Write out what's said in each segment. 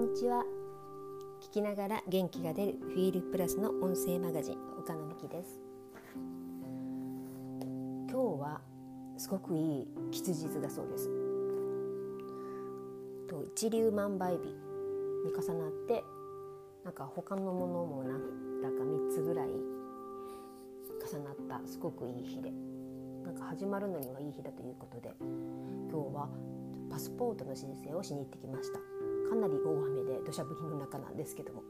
にちは。聞きながら元気が出るフィールプラスの音声マガジン、岡野美希です。今日はすごくいい吉日だそうです。一粒万倍日に重なって、他のものも3つぐらい重なったすごくいい日で、始まるのにはいい日だということで、今日はパスポートの申請をしに行ってきました。かなり大雨で土砂降りの中なんですけども、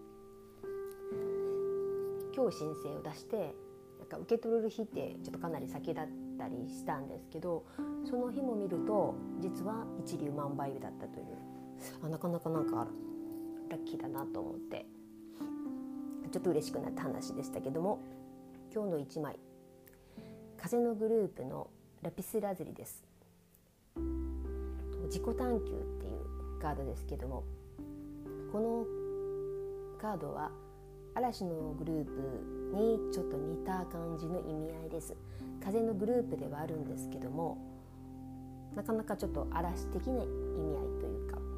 今日申請を出して受け取れる日ってちょっとかなり先だったりしたんですけど、その日も見ると実は一粒万倍日だったという、なかなかラッキーだなと思ってちょっと嬉しくなった話でしたけども、今日の1枚、風のグループのラピスラズリです。自己探求っていうカードですけども、このカードは嵐のグループにちょっと似た感じの意味合いです。風のグループではあるんですけども、なかなかちょっと嵐的な意味合いというか、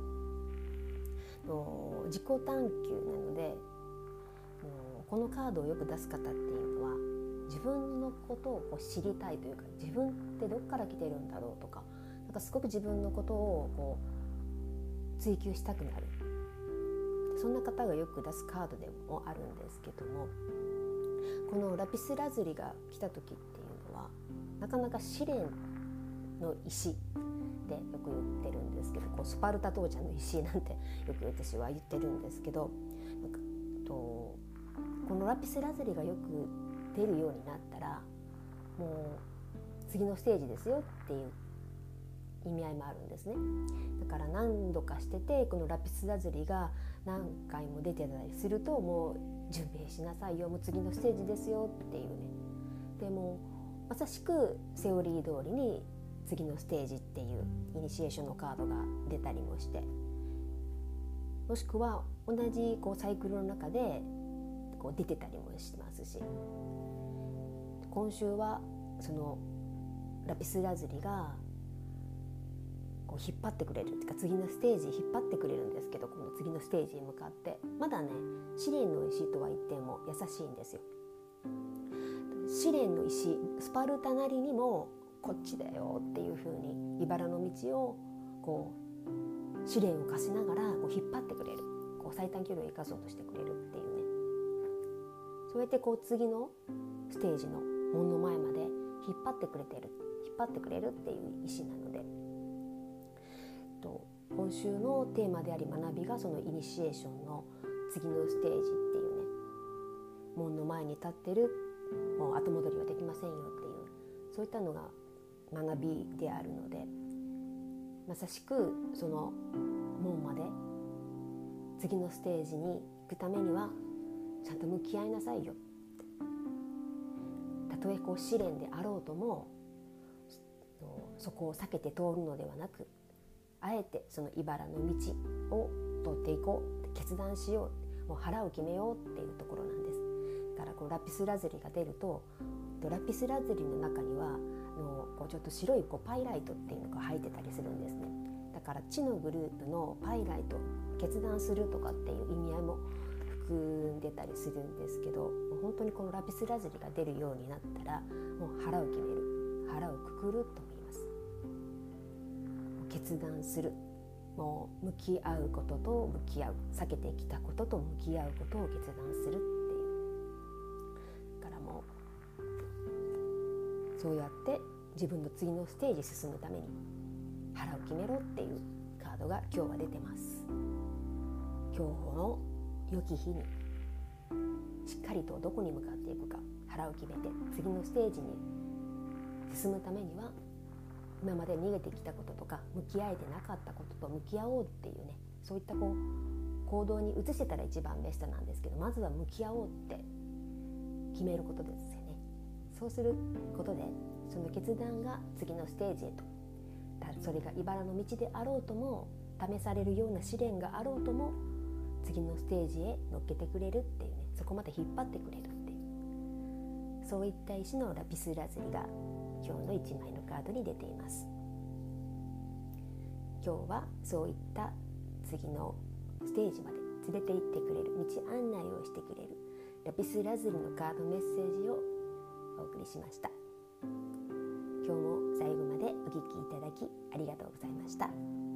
自己探求なので、このカードをよく出す方っていうのは自分のことを知りたいというか、自分ってどっから来てるんだろうとか、すごく自分のことを追求したくなる、そんな方がよく出すカードでもあるんですけども、このラピスラズリが来た時っていうのはなかなか試練の石でよく言ってるんですけど、スパルタ父ちゃんの石なんてよく私は言ってるんですけど、このラピスラズリがよく出るようになったら、もう次のステージですよっていう意味合いもあるんですね。だから何度かしてて、このラピスラズリが何回も出てたりすると、もう準備しなさいよ、もう次のステージですよっていうね。でもまさしくセオリー通りに次のステージっていうイニシエーションのカードが出たりもして、もしくは同じサイクルの中で出てたりもしますし、今週はそのラピスラズリが引っ張ってくれるっていうか、次のステージ引っ張ってくれるんですけど、この次のステージに向かってまだね、試練の石とは言っても優しいんですよ。試練の石、スパルタなりにもこっちだよっていう風に茨の道を試練を課しながら引っ張ってくれる、最短距離を生かそうとしてくれるっていうね。そうやって次のステージの門の前まで引っ張ってくれるっていう石なので、今週のテーマであり学びがそのイニシエーションの次のステージっていうね、門の前に立ってる、もう後戻りはできませんよっていう、そういったのが学びであるので、まさしくその門まで次のステージに行くためにはちゃんと向き合いなさいよ。たとえ試練であろうとも、そこを避けて通るのではなく、あえてその茨の道を通っていこう、決断しよう、もう腹を決めようっていうところなんです。だからラピスラズリが出ると、ラピスラズリの中にはちょっと白いパイライトっていうのが入ってたりするんですね。だから地のグループのパイライト、決断するとかっていう意味合いも含んでたりするんですけど、本当にこのラピスラズリが出るようになったら、もう腹を決める、腹をくくるとも言います。決断する、もう向き合うことと向き合う、避けてきたことと向き合うことを決断するっていう。だからもうそうやって自分の次のステージ進むために腹を決めろっていうカードが今日は出てます。今日の良き日にしっかりとどこに向かっていくか腹を決めて、次のステージに進むためには、今まで逃げてきたこととか向き合えてなかったことと向き合おうっていうね、そういった行動に移せたら一番ベストなんですけど、まずは向き合おうって決めることですよね。そうすることで、その決断が次のステージへと、それが茨の道であろうとも、試されるような試練があろうとも、次のステージへ乗っけてくれるっていうね、そこまで引っ張ってくれるっていう、そういった石のラピスラズリが今日の1枚のカードに出ています。今日はそういった次のステージまで連れて行ってくれる、道案内をしてくれるラピスラズリのカードメッセージをお送りしました。今日も最後までお聞きいただきありがとうございました。